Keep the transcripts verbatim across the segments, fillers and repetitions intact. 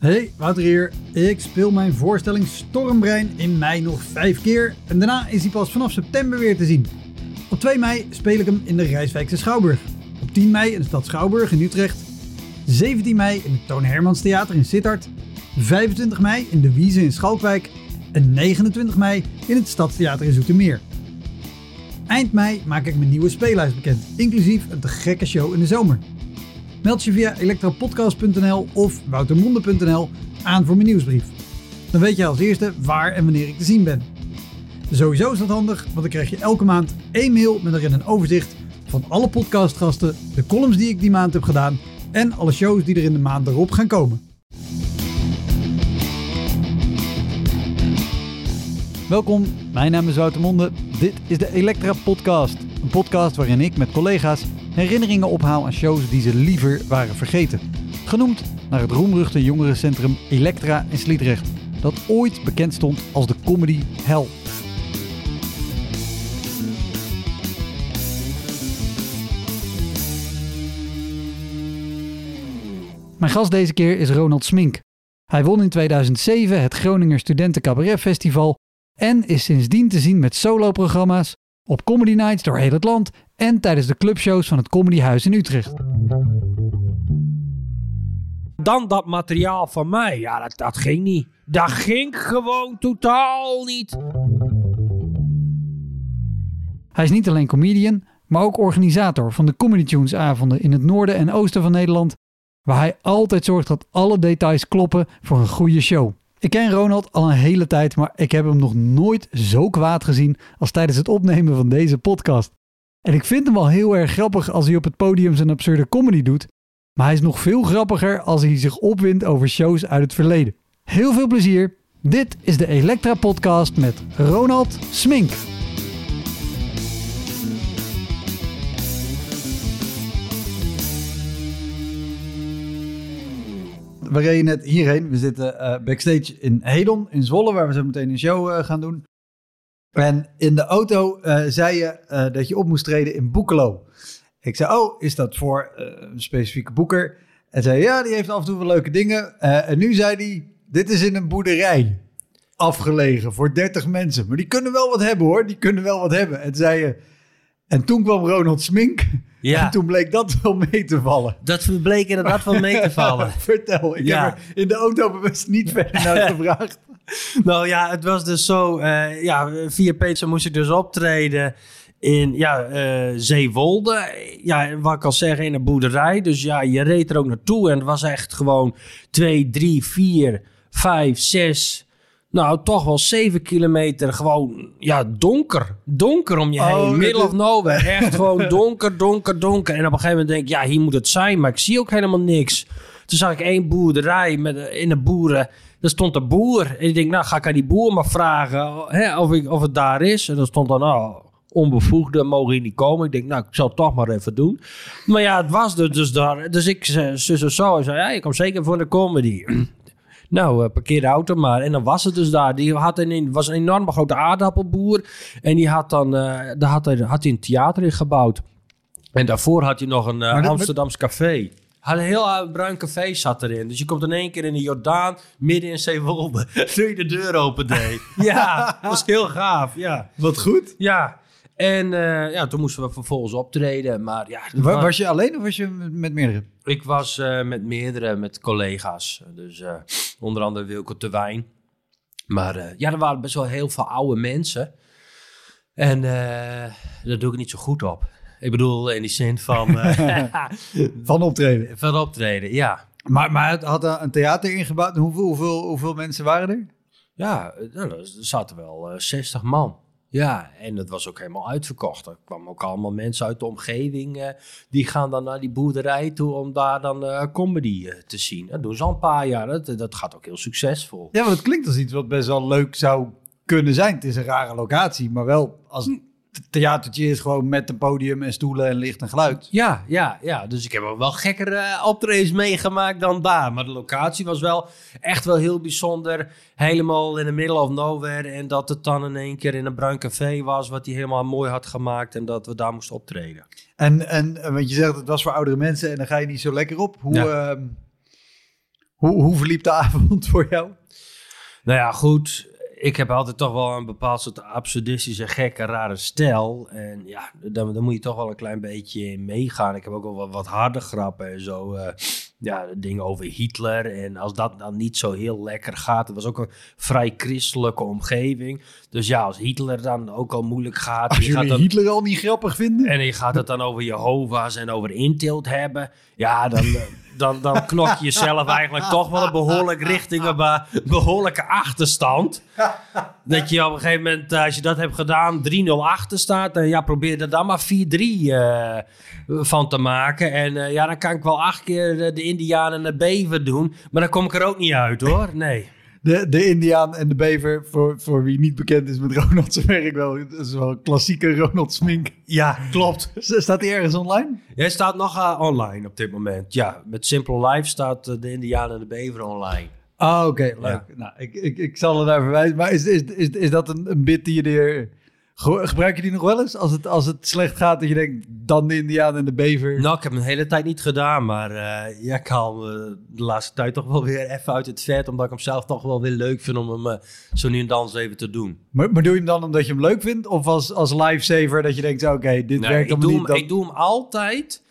Hey, Wouter hier. Ik speel mijn voorstelling Stormbrein in mei nog vijf keer en daarna is hij pas vanaf september weer te zien. Op twee mei speel ik hem in de Rijswijkse Schouwburg. Op tien mei in de stad Schouwburg in Utrecht. zeventien mei in het Toon Hermans Theater in Sittard. vijfentwintig mei in de Wieze in Schalkwijk. En negenentwintig mei in het Stadstheater in Zoetermeer. Eind mei maak ik mijn nieuwe speellijst bekend, inclusief een te gekke show in de zomer. Meld je via elektrapodcast punt n l of woutermonde punt n l aan voor mijn nieuwsbrief. Dan weet je als eerste waar en wanneer ik te zien ben. Sowieso is dat handig, want dan krijg je elke maand één mail met erin een overzicht van alle podcastgasten, de columns die ik die maand heb gedaan en alle shows die er in de maand erop gaan komen. Welkom, mijn naam is Wouter Monde. Dit is de Elektra Podcast. Een podcast waarin ik met collega's herinneringen ophaal aan shows die ze liever waren vergeten. Genoemd naar het roemruchte jongerencentrum Elektra in Sliedrecht, dat ooit bekend stond als de comedy hell. Mijn gast deze keer is Ronald Smink. Hij won in tweeduizend zeven het Groninger Studenten Cabaret Festival en is sindsdien te zien met soloprogramma's, op comedy nights door heel het land en tijdens de clubshows van het Comedyhuis in Utrecht. Dan dat materiaal van mij, ja, dat, dat ging niet. Dat ging gewoon totaal niet. Hij is niet alleen comedian, maar ook organisator van de Comedy Tunes avonden in het noorden en oosten van Nederland, waar hij altijd zorgt dat alle details kloppen voor een goede show. Ik ken Ronald al een hele tijd, maar ik heb hem nog nooit zo kwaad gezien als tijdens het opnemen van deze podcast. En ik vind hem al heel erg grappig als hij op het podium zijn absurde comedy doet, maar hij is nog veel grappiger als hij zich opwindt over shows uit het verleden. Heel veel plezier. Dit is de Elektra Podcast met Ronald Smink. We reden net hierheen. We zitten uh, backstage in Hedon in Zwolle, waar we zo meteen een show uh, gaan doen. En in de auto uh, zei je uh, dat je op moest treden in Boekelo. Ik zei, oh, is dat voor uh, een specifieke boeker? En zei, ja, die heeft af en toe wel leuke dingen. Uh, en nu zei hij, dit is in een boerderij afgelegen voor dertig mensen. Maar die kunnen wel wat hebben, hoor. Die kunnen wel wat hebben. En zei je, en toen kwam Ronald Smink. Ja. En toen bleek dat wel mee te vallen. Dat bleek inderdaad wel mee te vallen. Vertel, ik ja. heb er in de auto bewust niet verder naar gevraagd. Nou ja, het was dus zo, uh, ja, via Peter moest ik dus optreden in ja, uh, Zeewolde. Ja, wat ik al zeggen, in een boerderij. Dus ja, je reed er ook naartoe en het was echt gewoon twee, drie, vier, vijf, zes... Nou, toch wel zeven kilometer gewoon, ja, donker. Donker om je oh, heen. Middle of nowhere. Echt gewoon donker, donker, donker. En op een gegeven moment denk ik, ja, hier moet het zijn. Maar ik zie ook helemaal niks. Toen zag ik één boerderij met, in de boeren. Daar stond een boer. En ik denk, nou, ga ik aan die boer maar vragen hè, of, ik, of het daar is. En dan stond dan, nou, onbevoegden mogen hier niet komen. Ik denk, nou, ik zal het toch maar even doen. Maar ja, het was er dus daar. Dus ik zei zo en zei, ja, ik kom zeker voor de comedy. Nou, uh, parkeer de auto maar. En dan was het dus daar. Die had een, was een enorme grote aardappelboer. En die had dan uh, daar had hij, had hij een theater in gebouwd. En daarvoor had hij nog een uh, Amsterdams café. Had een heel uh, bruin café zat erin. Dus je komt in één keer in de Jordaan, midden in Zeewolde. Toen je de deur open deed. Ja, dat was heel gaaf. Ja. Wat goed. Ja. En uh, ja, toen moesten we vervolgens optreden. Maar ja, was, was je alleen of was je met meerdere? Ik was uh, met meerdere, met collega's. Dus uh, onder andere Wilco Terwijn. Maar uh, ja, er waren best wel heel veel oude mensen. En uh, daar doe ik niet zo goed op. Ik bedoel, in die zin van... Uh, van optreden? Van optreden, ja. Maar, maar het had een theater ingebouwd. Hoeveel, hoeveel, hoeveel mensen waren er? Ja, nou, er zaten wel uh, zestig man. Ja, en dat was ook helemaal uitverkocht. Er kwamen ook allemaal mensen uit de omgeving. Uh, die gaan dan naar die boerderij toe om daar dan uh, comedy uh, te zien. Dat doen ze al een paar jaar. Dat, dat gaat ook heel succesvol. Ja, want het klinkt als iets wat best wel leuk zou kunnen zijn. Het is een rare locatie, maar wel als het theatertje is gewoon met een podium en stoelen en licht en geluid. Ja, ja, ja. Dus ik heb wel gekkere optredens meegemaakt dan daar. Maar de locatie was wel echt wel heel bijzonder. Helemaal in the middle of nowhere. En dat het dan in één keer in een bruin café was, wat hij helemaal mooi had gemaakt. En dat we daar moesten optreden. En, en want je zegt het was voor oudere mensen en dan ga je niet zo lekker op. Hoe, ja. uh, Hoe, hoe verliep de avond voor jou? Nou ja, goed. Ik heb altijd toch wel een bepaald soort absurdistische, gekke, rare stijl. En ja, dan, dan moet je toch wel een klein beetje in meegaan. Ik heb ook wel wat, wat harde grappen en zo. Uh, ja, dingen over Hitler. En als dat dan niet zo heel lekker gaat. Het was ook een vrij christelijke omgeving. Dus ja, als Hitler dan ook al moeilijk gaat. Als jullie gaat dan, Hitler al niet grappig vinden. En je gaat het dan over Jehovah's en over Intilt hebben. Ja, dan... Dan, dan knok je jezelf eigenlijk toch wel een behoorlijk richting een be- behoorlijke achterstand. Dat je op een gegeven moment, als je dat hebt gedaan, drie nul achter staat. En ja, probeer er dan maar vier drie uh, van te maken. En uh, ja, dan kan ik wel acht keer de Indiaan en de Bever doen. Maar dan kom ik er ook niet uit, hoor. Nee. De, de Indiaan en de Bever, voor, voor wie niet bekend is met Ronald zijn werk, wel, dat is wel een klassieke Ronald Smink. Ja, klopt. Staat die ergens online? Hij staat nog uh, online op dit moment. Ja, met Simple Life staat uh, de Indiaan en de Bever online. Ah, oké, okay, leuk. Ja. Nou, ik, ik, ik zal er naar verwijzen. Maar is, is, is, is dat een, een bit die je er... Gebruik je die nog wel eens? Als het, als het slecht gaat, dat je denkt, dan de Indiaan en de Bever. Nou, ik heb hem de hele tijd niet gedaan. Maar uh, ja, ik haal uh, de laatste tijd toch wel weer even uit het vet. Omdat ik hem zelf toch wel weer leuk vind om hem uh, zo nu en dan eens even te doen. Maar, maar doe je hem dan omdat je hem leuk vindt? Of als, als lifesaver dat je denkt, oké, okay, dit nee, werkt allemaal niet? Hem, dan... Ik doe hem altijd...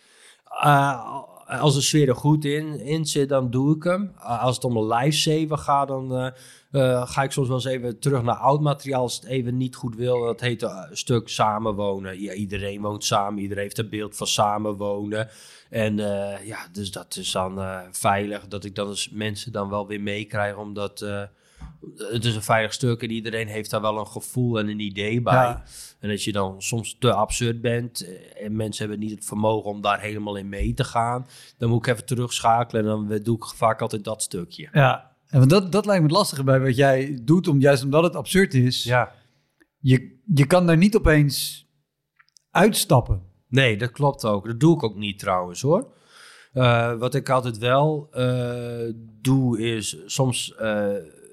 Uh, als de sfeer er goed in, in zit, dan doe ik hem. Uh, als het om een lifesaver gaat, dan uh, uh, ga ik soms wel eens even terug naar oud materiaal. Als het even niet goed wil. Dat heet uh, een stuk samenwonen. Ja, iedereen woont samen. Iedereen heeft een beeld van samenwonen. En uh, ja, dus dat is dan uh, veilig. Dat ik dan dus mensen dan wel weer meekrijg. Omdat uh, het is een veilig stuk en iedereen heeft daar wel een gevoel en een idee bij. Ja. En als je dan soms te absurd bent en mensen hebben niet het vermogen om daar helemaal in mee te gaan, dan moet ik even terugschakelen en dan doe ik vaak altijd dat stukje. Ja, en want dat, dat lijkt me het lastige bij wat jij doet, om, juist omdat het absurd is. Ja. Je, je kan daar niet opeens uitstappen. Nee, dat klopt ook. Dat doe ik ook niet trouwens, hoor. Uh, wat ik altijd wel uh, doe is soms uh,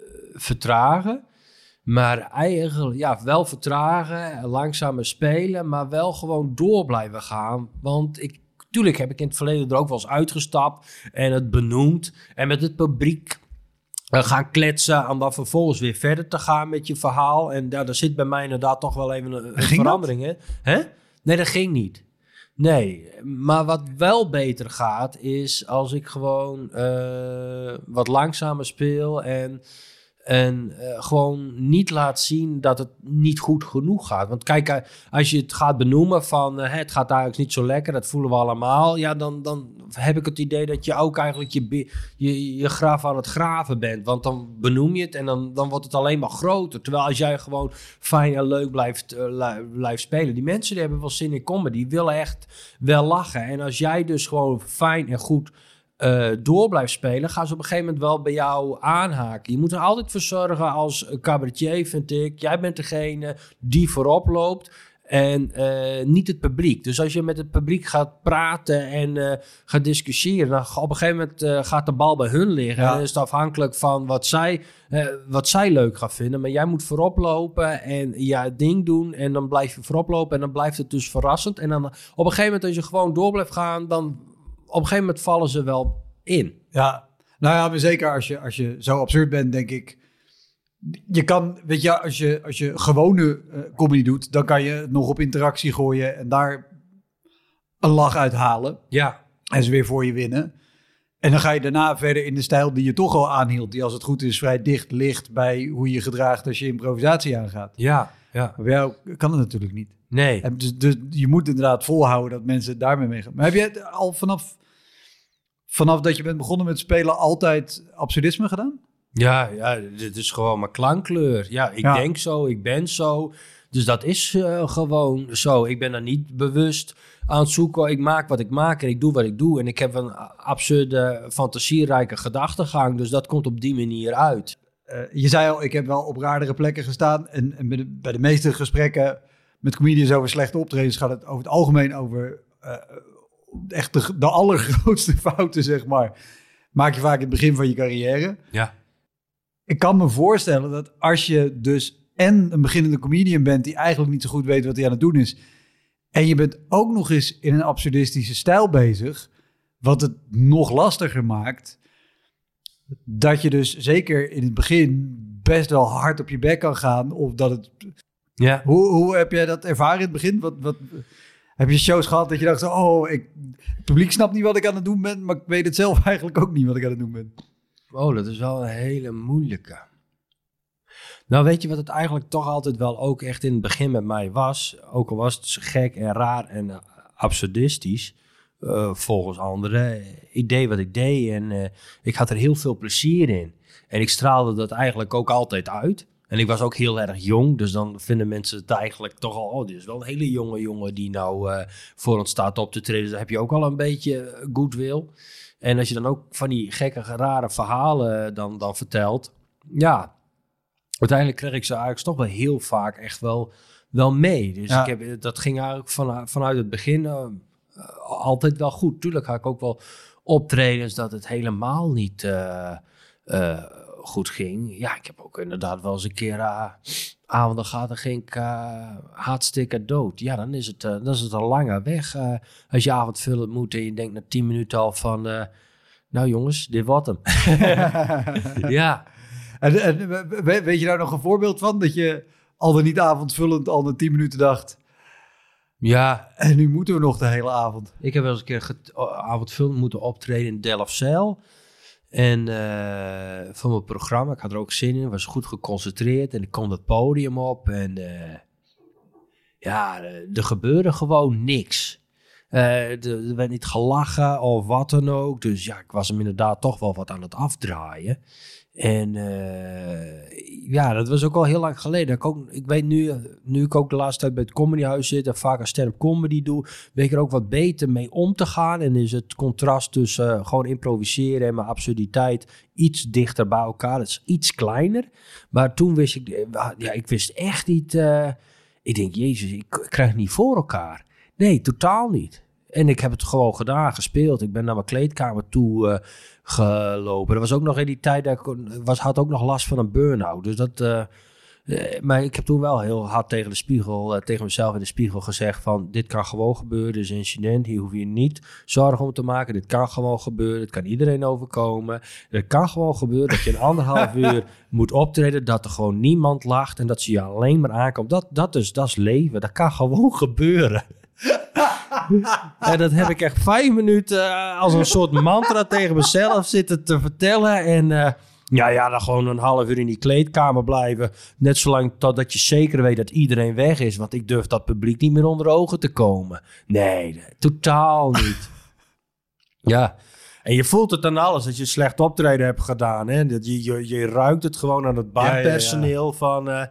vertragen. Maar eigenlijk, ja, wel vertragen, langzamer spelen, maar wel gewoon door blijven gaan. Want ik, tuurlijk heb ik in het verleden er ook wel eens uitgestapt en het benoemd. En met het publiek uh, gaan kletsen en dan vervolgens weer verder te gaan met je verhaal. En daar, daar zit bij mij inderdaad toch wel even een, een verandering in. Hè? Nee, dat ging niet. Nee, maar wat wel beter gaat is als ik gewoon uh, wat langzamer speel en... En uh, gewoon niet laat zien dat het niet goed genoeg gaat. Want kijk, uh, als je het gaat benoemen van... Uh, het gaat eigenlijk niet zo lekker, dat voelen we allemaal. Ja, dan, dan heb ik het idee dat je ook eigenlijk je, je, je graf aan het graven bent. Want dan benoem je het en dan, dan wordt het alleen maar groter. Terwijl als jij gewoon fijn en leuk blijft, uh, blijft spelen... Die mensen die hebben wel zin in comedy, die willen echt wel lachen. En als jij dus gewoon fijn en goed... Uh, door blijft spelen, gaan ze op een gegeven moment wel bij jou aanhaken. Je moet er altijd voor zorgen als cabaretier, vind ik. Jij bent degene die voorop loopt en uh, niet het publiek. Dus als je met het publiek gaat praten en uh, gaat discussiëren, dan op een gegeven moment uh, gaat de bal bij hun liggen. Ja. En dan is het afhankelijk van wat zij, uh, wat zij leuk gaan vinden. Maar jij moet voorop lopen en ja, het ding doen en dan blijf je voorop lopen en dan blijft het dus verrassend. En dan op een gegeven moment als je gewoon door blijft gaan, dan... Op een gegeven moment vallen ze wel in. Ja, nou ja, maar zeker als je, als je zo absurd bent, denk ik. Je kan, weet je, als je, als je gewone uh, comedy doet, dan kan je het nog op interactie gooien en daar een lach uithalen. Ja. En ze weer voor je winnen. En dan ga je daarna verder in de stijl die je toch al aanhield. Die als het goed is vrij dicht ligt bij hoe je je gedraagt als je improvisatie aangaat. Ja, ja. Maar bij jou kan het natuurlijk niet. Nee. En dus, dus je moet inderdaad volhouden dat mensen daarmee meegaan. Maar heb je het al vanaf, vanaf dat je bent begonnen met spelen altijd absurdisme gedaan? Ja, ja, dit is gewoon mijn klankkleur. Ja, ik ja. denk zo, ik ben zo. Dus dat is uh, gewoon zo. Ik ben er niet bewust aan het zoeken. Ik maak wat ik maak en ik doe wat ik doe. En ik heb een absurde, fantasierijke gedachtegang. Dus dat komt op die manier uit. Uh, je zei al, ik heb wel op raardere plekken gestaan. En, en bij, de, bij de meeste gesprekken met comedians over slechte optredens gaat het over het algemeen over uh, echt de, de allergrootste fouten, zeg maar. Maak je vaak in het begin van je carrière. Ja. Ik kan me voorstellen dat als je dus en een beginnende comedian bent die eigenlijk niet zo goed weet wat hij aan het doen is, en je bent ook nog eens in een absurdistische stijl bezig, wat het nog lastiger maakt, dat je dus zeker in het begin best wel hard op je bek kan gaan. Of dat het... Ja. Hoe, hoe heb jij dat ervaren in het begin? Wat, wat, heb je shows gehad dat je dacht, oh, ik, het publiek snapt niet wat ik aan het doen ben, maar ik weet het zelf eigenlijk ook niet wat ik aan het doen ben. Oh, dat is wel een hele moeilijke. Nou, weet je wat het eigenlijk toch altijd wel ook echt in het begin met mij was? Ook al was het gek en raar en uh, absurdistisch, uh, volgens anderen. Ik deed wat ik deed en uh, ik had er heel veel plezier in. En ik straalde dat eigenlijk ook altijd uit. En ik was ook heel erg jong, dus dan vinden mensen het eigenlijk toch al... Oh, dit is wel een hele jonge jongen die nou uh, voor ons staat op te treden. Dus dan heb je ook al een beetje goodwill. En als je dan ook van die gekke, rare verhalen dan, dan vertelt... Ja, uiteindelijk kreeg ik ze eigenlijk toch wel heel vaak echt wel, wel mee. Dus ja. ik heb, dat ging eigenlijk van, vanuit het begin uh, altijd wel goed. Tuurlijk had ik ook wel optredens dat het helemaal niet... Uh, uh, goed ging. Ja, ik heb ook inderdaad wel eens een keer uh, avonden gehad, dan ging ik uh, hartstikke dood. Ja, dan is het, uh, dan is het een lange weg. Uh, als je avondvullend moet en je denkt na tien minuten al van... Uh, nou jongens, dit wordt hem. Ja. En, en weet je daar nog een voorbeeld van? Dat je al dan niet avondvullend al na tien minuten dacht... Ja. En nu moeten we nog de hele avond. Ik heb wel eens een keer get- avondvullend moeten optreden in Delfzijl. En uh, van mijn programma, ik had er ook zin in, was goed geconcentreerd en ik kwam het podium op en uh, ja, er gebeurde gewoon niks. Uh, er werd niet gelachen of wat dan ook, dus ja, ik was hem inderdaad toch wel wat aan het afdraaien. En uh, ja, dat was ook al heel lang geleden. Ik, ook, ik weet nu, nu ik ook de laatste tijd bij het comedyhuis zit en vaak een stand-up comedy doe, weet ik er ook wat beter mee om te gaan. En is het contrast tussen uh, gewoon improviseren en mijn absurditeit iets dichter bij elkaar. Dat is iets kleiner. Maar toen wist ik, ja, ik wist echt niet, uh, ik denk, jezus, ik, ik krijg het niet voor elkaar. Nee, totaal niet. En ik heb het gewoon gedaan, gespeeld. Ik ben naar mijn kleedkamer toe uh, gelopen. Er was ook nog in die tijd, dat ik was, had ook nog last van een burn-out. Dus dat, uh, uh, maar ik heb toen wel heel hard tegen de spiegel, uh, tegen mezelf in de spiegel gezegd van... Dit kan gewoon gebeuren, dit is een incident. Hier hoef je niet zorgen om te maken. Dit kan gewoon gebeuren, het kan iedereen overkomen. Het kan gewoon gebeuren dat je een anderhalf uur moet optreden, dat er gewoon niemand lacht en dat ze je alleen maar aankomt. Dat, dat, is, dat is leven, dat kan gewoon gebeuren. En dat heb ik echt vijf minuten uh, als een soort mantra tegen mezelf zitten te vertellen. En uh, ja, ja, dan gewoon een half uur in die kleedkamer blijven. Net zolang totdat je zeker weet dat iedereen weg is. Want ik durf dat publiek niet meer onder ogen te komen. Nee, nee totaal niet. Ja, en je voelt het aan alles dat je slecht optreden hebt gedaan. Hè? Dat je, je, je ruikt het gewoon aan het barpersoneel ja, ja, ja. van... Uh,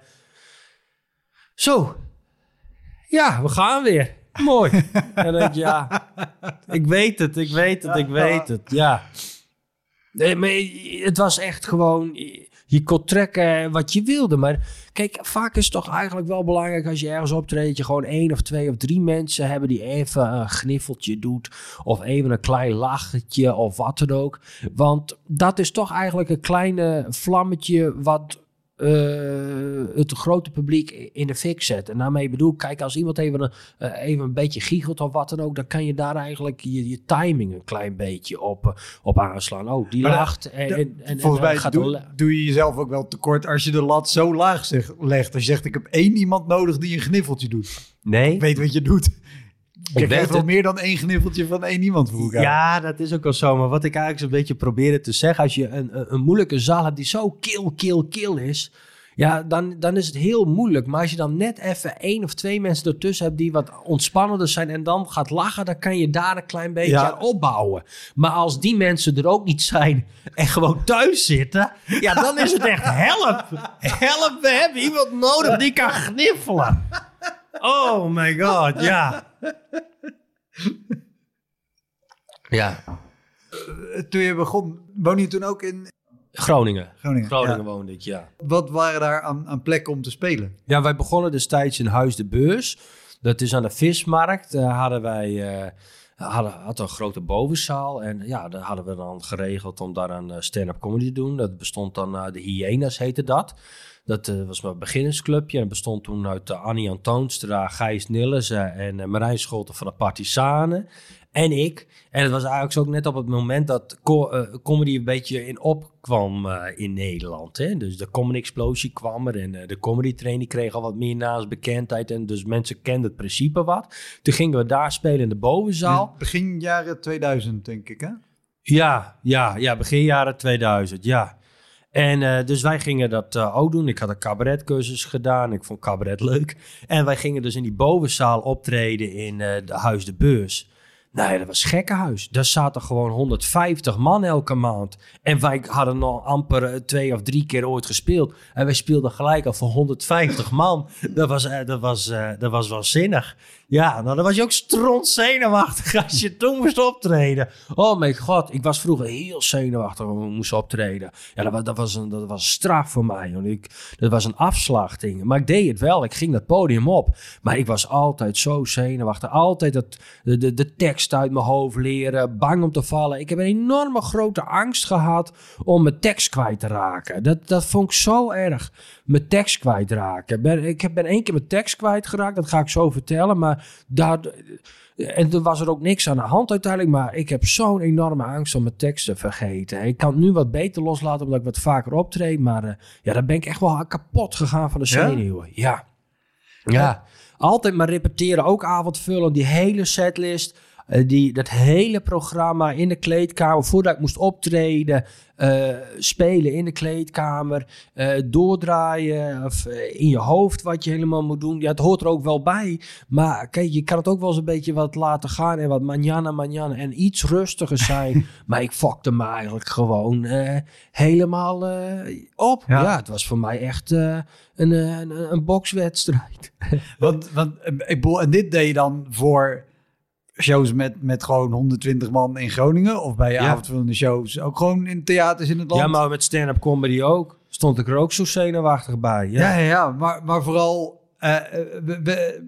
zo, ja, we gaan weer. Mooi. En dan denk je, ja, ik weet het, ik weet het, ik weet het, ja. Nee, maar het was echt gewoon, je kon trekken wat je wilde. Maar kijk, vaak is het toch eigenlijk wel belangrijk als je ergens optreedt, dat je gewoon één of twee of drie mensen hebben die even een gniffeltje doet. Of even een klein lachetje of wat dan ook. Want dat is toch eigenlijk een kleine vlammetje wat... Uh, het grote publiek in de fik zet. En daarmee bedoel ik, kijk, als iemand even een, uh, even een beetje giechelt of wat dan ook, dan kan je daar eigenlijk je, je timing een klein beetje op, op aanslaan. Oh, die maar lacht. Da, en, da, en, en, volgens en, mij gaat doe, doe je jezelf ook wel tekort als je de lat zo laag zeg, legt. Als je zegt, ik heb één iemand nodig die een gniffeltje doet. Nee. Ik weet wat je doet. Je ik krijgt wel meer dan één gniffeltje van één iemand voor elkaar. Ja, dat is ook wel zo. Maar wat ik eigenlijk zo'n beetje probeerde te zeggen, als je een, een, een moeilijke zaal hebt die zo kil, kil, kil is, ja, dan, dan is het heel moeilijk. Maar als je dan net even één of twee mensen ertussen hebt die wat ontspannender zijn en dan gaat lachen, dan kan je daar een klein beetje ja. aan opbouwen. Maar als die mensen er ook niet zijn en gewoon thuis zitten, ja, dan is het echt help. Help, we hebben iemand nodig die kan gniffelen. Oh my god, ja. Ja. Uh, toen je begon, woon je toen ook in... Groningen. Groningen, Groningen ja. woonde ik, ja. Wat waren daar aan, aan plekken om te spelen? Ja, wij begonnen destijds in Huis de Beurs. Dat is aan de Vismarkt. Daar hadden wij uh, hadden, hadden een grote bovenzaal. En ja, daar hadden we dan geregeld om daar een stand-up comedy te doen. Dat bestond dan, uh, de Hyena's heette dat. Dat uh, was mijn beginnersclubje. En dat bestond toen uit uh, Annie Antoonstra, Gijs Nillissen en uh, Marijn Scholten van de Partisanen. En ik. En het was eigenlijk ook net op het moment dat co- uh, comedy een beetje in opkwam uh, in Nederland. Hè? Dus de Comedy Explosie kwam er en uh, de comedy train die kreeg al wat meer naamsbekendheid. En dus mensen kenden het principe wat. Toen gingen we daar spelen in de bovenzaal. Begin jaren tweeduizend, denk ik, hè? Ja, ja, ja, begin jaren tweeduizend, ja. En uh, dus wij gingen dat uh, ook doen. Ik had een cabaretcursus gedaan. Ik vond cabaret leuk. En wij gingen dus in die bovenzaal optreden in uh, de Huis de Beurs. Nee, dat was gekkenhuis. Daar zaten gewoon honderdvijftig man elke maand. En wij hadden nog amper twee of drie keer ooit gespeeld. En wij speelden gelijk al voor honderdvijftig man. Dat was, uh, dat was, uh, dat was waanzinnig. Ja, nou, dan was je ook strontzenuwachtig als je toen moest optreden. Oh mijn god, ik was vroeger heel zenuwachtig als we moesten optreden. Ja, dat was, dat was, een, dat was een straf voor mij. Want ik, dat was een afslachting. Maar ik deed het wel, ik ging dat podium op. Maar ik was altijd zo zenuwachtig. Altijd dat, de, de, de tekst uit mijn hoofd leren, bang om te vallen. Ik heb een enorme grote angst gehad om mijn tekst kwijt te raken. Dat, dat vond ik zo erg. Mijn tekst kwijtraken. Ben, ik ben één keer mijn tekst kwijtgeraakt, dat ga ik zo vertellen. Maar daar, en er was er ook niks aan de hand uiteindelijk. Maar ik heb zo'n enorme angst om mijn tekst te vergeten. Ik kan het nu wat beter loslaten, omdat ik wat vaker optreed. Maar uh, ja, dan ben ik echt wel kapot gegaan van de zenuwen. Ja? Ja. ja. Altijd maar repeteren, ook avondvullen, die hele setlist. Uh, die, dat hele programma in de kleedkamer, voordat ik moest optreden, uh, spelen in de kleedkamer, uh, doordraaien of uh, in je hoofd wat je helemaal moet doen. Ja, het hoort er ook wel bij, maar kijk, je kan het ook wel eens een beetje wat laten gaan en wat manjana, manjana en iets rustiger zijn. Maar ik fokte me eigenlijk gewoon uh, helemaal uh, op. Ja. ja, het was voor mij echt uh, een, een, een bokswedstrijd. want, want ik bedoel, en dit deed je dan voor shows met, met gewoon honderdtwintig man in Groningen? Of bij je ja. avondvullende shows ook gewoon in theaters in het land? Ja, maar met stand-up comedy ook. Stond ik er ook zo zenuwachtig bij. Ja, ja, ja, ja. Maar, maar vooral... Uh, we, we,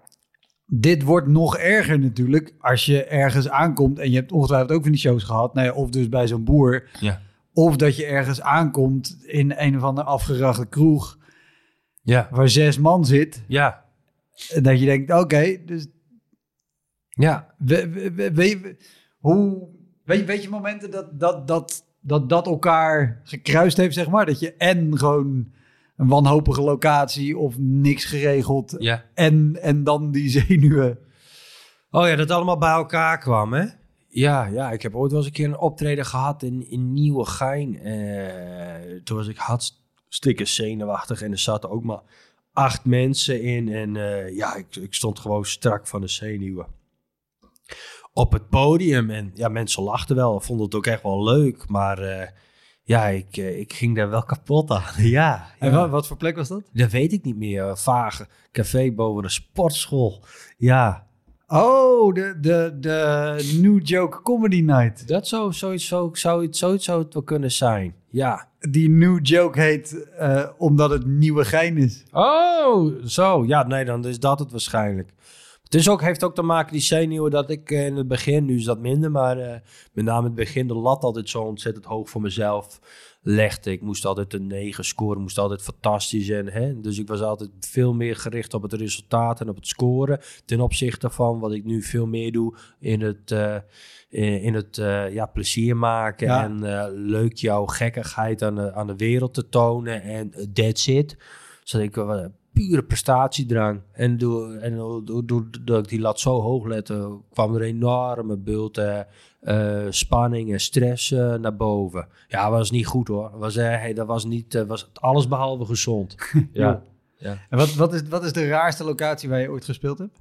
dit wordt nog erger natuurlijk als je ergens aankomt en je hebt ongetwijfeld ook van die shows gehad. Nou ja, of dus bij zo'n boer. Ja. Of dat je ergens aankomt in een of andere afgerachte kroeg. Ja. Waar zes man zit. Ja. En dat je denkt, oké, okay, dus... Ja. We, we, we, we, hoe, weet, weet je momenten dat dat, dat, dat dat elkaar gekruist heeft, zeg maar? Dat je en gewoon een wanhopige locatie of niks geregeld. Ja. En, en dan die zenuwen. Oh ja, dat allemaal bij elkaar kwam, hè? Ja, ja, ik heb ooit wel eens een keer een optreden gehad in, in Nieuwegein. Uh, toen was ik hartstikke zenuwachtig en er zaten ook maar acht mensen in. En uh, ja, ik, ik stond gewoon strak van de zenuwen op het podium. En ja, mensen lachten wel, vonden het ook echt wel leuk. Maar uh, ja, ik, uh, ik ging daar wel kapot aan. ja, en ja. Wat, wat voor plek was dat? Dat weet ik niet meer. Vage café boven de sportschool. Ja. Oh, de, de, de New Joke Comedy Night. Dat zou zoiets, zo, zoiets, zoiets zou het wel kunnen zijn. Ja. Die New Joke heet uh, omdat het Nieuwegein is. Oh, zo. Ja, nee, dan is dat het waarschijnlijk. Het is ook, heeft ook te maken, die zenuwen, dat ik uh, in het begin, nu is dat minder, maar uh, met name in het begin de lat altijd zo ontzettend hoog voor mezelf legde. Ik moest altijd een negen scoren, moest altijd fantastisch zijn. Hè? Dus ik was altijd veel meer gericht op het resultaat en op het scoren. Ten opzichte van wat ik nu veel meer doe in het, uh, in het uh, ja, plezier maken. Ja. En uh, leuk jouw gekkigheid aan de, aan de wereld te tonen. En uh, that's it. Zodat ik... Uh, pure prestatiedrang. En door, en door, door, doordat ik die lat zo hoog lette, kwam er enorme bulten, uh, spanning en stress uh, naar boven. Ja, dat was niet goed hoor. Was, uh, hey, dat was niet, uh, was alles behalve gezond. ja. ja. En wat, wat, is, wat is de raarste locatie waar je ooit gespeeld hebt?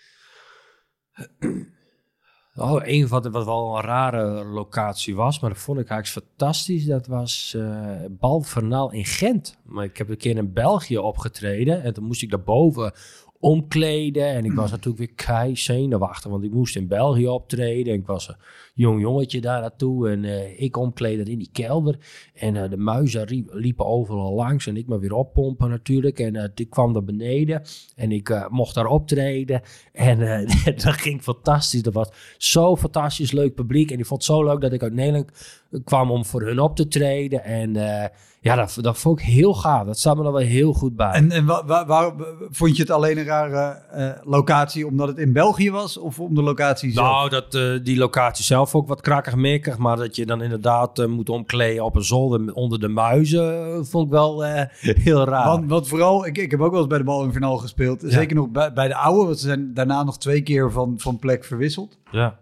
Oh, een wat, wat wel een rare locatie was, maar dat vond ik eigenlijk fantastisch. Dat was uh, Balvernal in Gent. Maar ik heb een keer in België opgetreden en toen moest ik daarboven omkleden. En ik was natuurlijk weer kei zenuwachtig, want ik moest in België optreden. En ik was een jong jongetje daar naartoe en uh, ik omkleden in die kelder. En uh, de muizen riep, liepen overal langs en ik maar weer oppompen natuurlijk. En uh, ik kwam naar beneden en ik uh, mocht daar optreden. En uh, dat ging fantastisch. Dat was zo fantastisch leuk publiek. En ik vond het zo leuk dat ik uiteindelijk kwam om voor hun op te treden. En uh, ja, dat, dat vond ik heel gaaf. Dat staat me er wel heel goed bij. En, en waar, waar, waar vond je het alleen een rare uh, locatie omdat het in België was? Of om de locatie zelf? Nou, dat, uh, die locatie zelf ook wat krakkig mekkig. Maar dat je dan inderdaad uh, moet omkleden op een zolder onder de muizen, uh, vond ik wel uh, heel raar. Want, want vooral, ik, ik heb ook wel eens bij de Bal-Infernaal gespeeld. Ja. Zeker nog bij, bij de oude, want ze zijn daarna nog twee keer van, van plek verwisseld. Ja.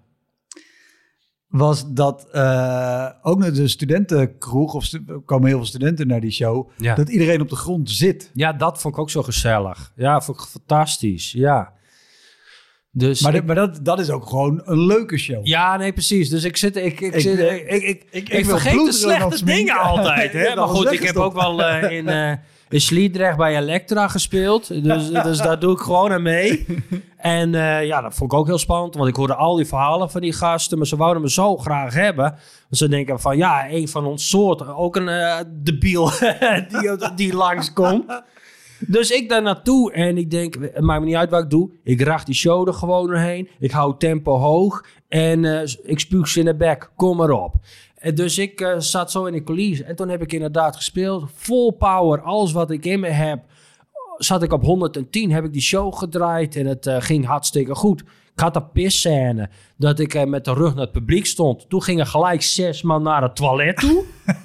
Was dat uh, ook naar de studentenkroeg, of stu- er komen heel veel studenten naar die show, ja. dat iedereen op de grond zit. Ja, dat vond ik ook zo gezellig. Ja, vond ik fantastisch, ja. Dus maar ik, de, maar dat, dat is ook gewoon een leuke show. Ja, nee, precies. Dus ik zit, ik, ik, ik, zit, ik, ik, ik, ik, ik, ik ik vergeet de slechte dingen altijd. Hè? Maar goed, ik heb ook wel uh, in, uh, in Sliedrecht bij Elektra gespeeld. Dus, dus daar doe ik gewoon aan mee. En uh, ja, dat vond ik ook heel spannend. Want ik hoorde al die verhalen van die gasten. Maar ze wouden me zo graag hebben. Want ze denken van, ja, een van ons soort. Ook een uh, debiel die, die langskomt. Dus ik daar naartoe en ik denk, het maakt me niet uit wat ik doe. Ik racht die show er gewoon doorheen. Ik hou tempo hoog en uh, ik spuug ze in de bek. Kom maar op. En dus ik uh, zat zo in de coulissen en toen heb ik inderdaad gespeeld. Full power, alles wat ik in me heb. Zat ik op honderdtien, heb ik die show gedraaid en het uh, ging hartstikke goed. Ik had een pisscène dat ik uh, met de rug naar het publiek stond. Toen gingen gelijk zes man naar het toilet toe.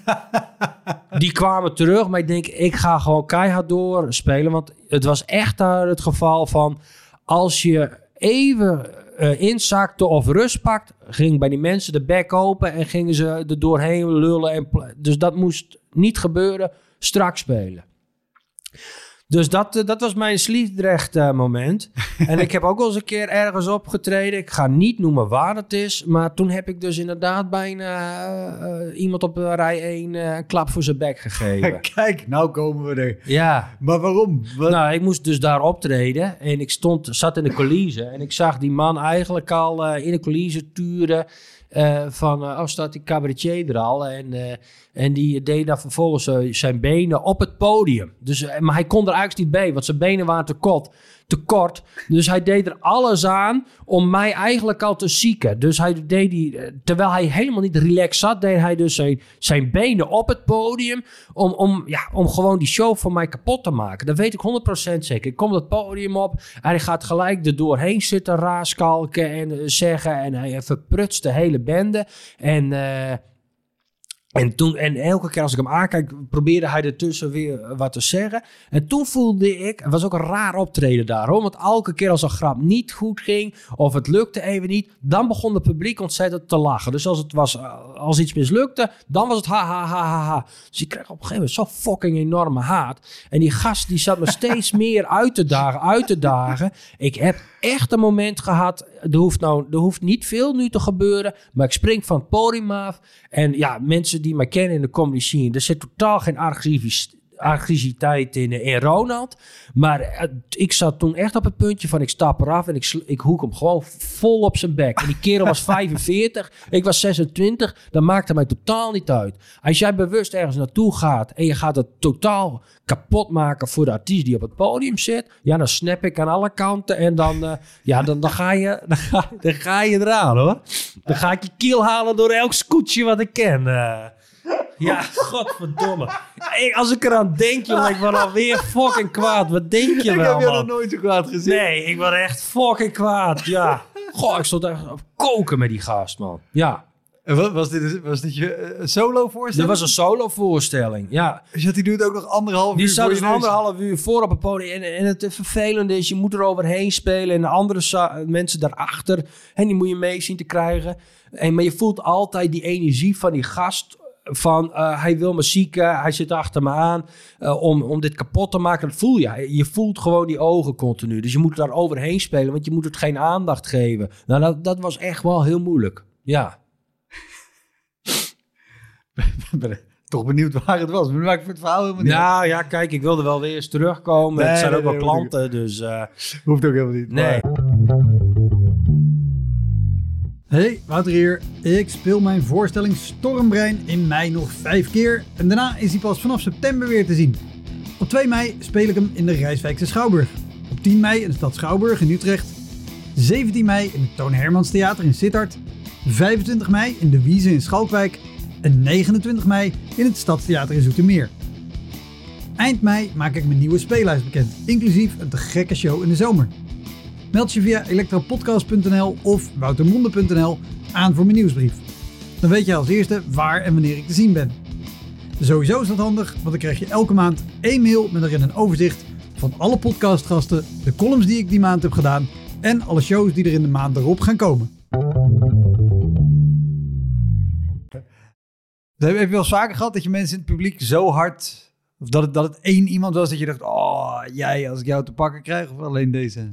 Die kwamen terug, maar ik denk, ik ga gewoon keihard door spelen. Want het was echt daar het geval van, als je even uh, inzakte of rust pakt, ging bij die mensen de bek open en gingen ze er doorheen lullen. En pl- dus dat moest niet gebeuren, strak spelen. Dus dat, dat was mijn Sliedrecht uh, moment. En ik heb ook wel eens een keer ergens opgetreden. Ik ga niet noemen waar het is. Maar toen heb ik dus inderdaad bijna uh, uh, iemand op rij één uh, een klap voor zijn bek gegeven. Kijk, nou komen we er. Ja. Maar waarom? Wat? Nou, ik moest dus daar optreden. En ik stond, zat in de coulissen. En ik zag die man eigenlijk al uh, in de coulissen turen. Uh, van, uh, oh, staat die cabaretier er al. En, uh, en die deed dan vervolgens uh, zijn benen op het podium. Dus, uh, maar hij kon er eigenlijk niet bij, want zijn benen waren te kort, te kort. Dus hij deed er alles aan om mij eigenlijk al te zieken. Dus hij deed die, uh, terwijl hij helemaal niet relaxed zat, deed hij dus zijn, zijn benen op het podium om, om, ja, om gewoon die show van mij kapot te maken. Dat weet ik honderd procent zeker. Ik kom dat podium op en hij gaat gelijk er doorheen zitten raaskalken en uh, zeggen. En hij verprutst de hele bende. En... Uh, En, toen, en elke keer als ik hem aankijk, probeerde hij ertussen weer wat te zeggen. En toen voelde ik, het was ook een raar optreden daar hoor. Want elke keer als een grap niet goed ging, of het lukte even niet, dan begon het publiek ontzettend te lachen. Dus als, het was, als iets mislukte, dan was het ha ha ha ha ha. Dus ik kreeg op een gegeven moment zo fucking enorme haat. En die gast die zat me steeds meer uit te dagen, uit te dagen. Ik heb echt een moment gehad, er hoeft, nou, er hoeft niet veel nu te gebeuren, maar ik spring van het podium af. En ja, mensen die mij kennen in de comedy scene, er zit totaal geen agressief, agressiviteit in, in Ronald. Maar uh, ik zat toen echt op het puntje van ik stap eraf en ik, sl- ik hoek hem gewoon vol op zijn bek. En die kerel was vijfenveertig, ik was zesentwintig, dat maakte mij totaal niet uit. Als jij bewust ergens naartoe gaat en je gaat het totaal kapot maken voor de artiest die op het podium zit, ja, dan snap ik aan alle kanten en dan, uh, ja, dan, dan, ga je, dan, ga, dan ga je eraan hoor. Dan ga ik je kiel halen door elk scootje wat ik ken. Uh. Ja, godverdomme. Hey, als ik eraan denk, jongen, ik word alweer fucking kwaad. Wat denk je ik wel, man? Ik heb je nog nooit zo kwaad gezien. Nee, ik word echt fucking kwaad, ja. Goh, ik stond echt op koken met die gast, man. Ja. En wat, was, dit, was dit je uh, solo voorstelling? Dit was een solo voorstelling, ja. Dus die doet ook nog anderhalf die uur staat voor dus je neus. anderhalf uur voor op het podium. En, en het vervelende is, je moet er overheen spelen. En de andere za- mensen daarachter, en die moet je mee zien te krijgen. En, maar je voelt altijd die energie van die gast. Van uh, hij wil me zieken, hij zit achter me aan uh, om, om dit kapot te maken. Dat voel je. Je voelt gewoon die ogen continu. Dus je moet daar overheen spelen, want je moet het geen aandacht geven. Nou, dat, dat was echt wel heel moeilijk. Ja. Ik ben toch benieuwd waar het was. Maar maak ik voor het verhaal helemaal niet. Nou ja, kijk, ik wilde wel weer eens terugkomen. Nee, het zijn nee, ook wel nee, klanten, dus... Uh, hoeft ook helemaal niet. Nee. Maar... Hey, Wouter hier. Ik speel mijn voorstelling Stormbrein in mei nog vijf keer. En daarna is hij pas vanaf september weer te zien. Op twee mei speel ik hem in de Rijswijkse Schouwburg. Op tien mei in de stad Schouwburg in Utrecht. zeventien mei in het Toon Hermans Theater in Sittard. vijfentwintig mei in de Wiese in Schalkwijk. En negenentwintig mei in het Stadstheater in Zoetermeer. Eind mei maak ik mijn nieuwe speellijst bekend, inclusief een te gekke show in de zomer. Meld je via elektropodcast punt n l of woutermonde punt n l aan voor mijn nieuwsbrief. Dan weet je als eerste waar en wanneer ik te zien ben. Sowieso is dat handig, want dan krijg je elke maand één mail met erin een overzicht van alle podcastgasten, de columns die ik die maand heb gedaan en alle shows die er in de maand erop gaan komen. Heb je wel eens vaker gehad dat je mensen in het publiek zo hard, of dat het, dat het één iemand was dat je dacht, oh jij, als ik jou te pakken krijg, of alleen deze?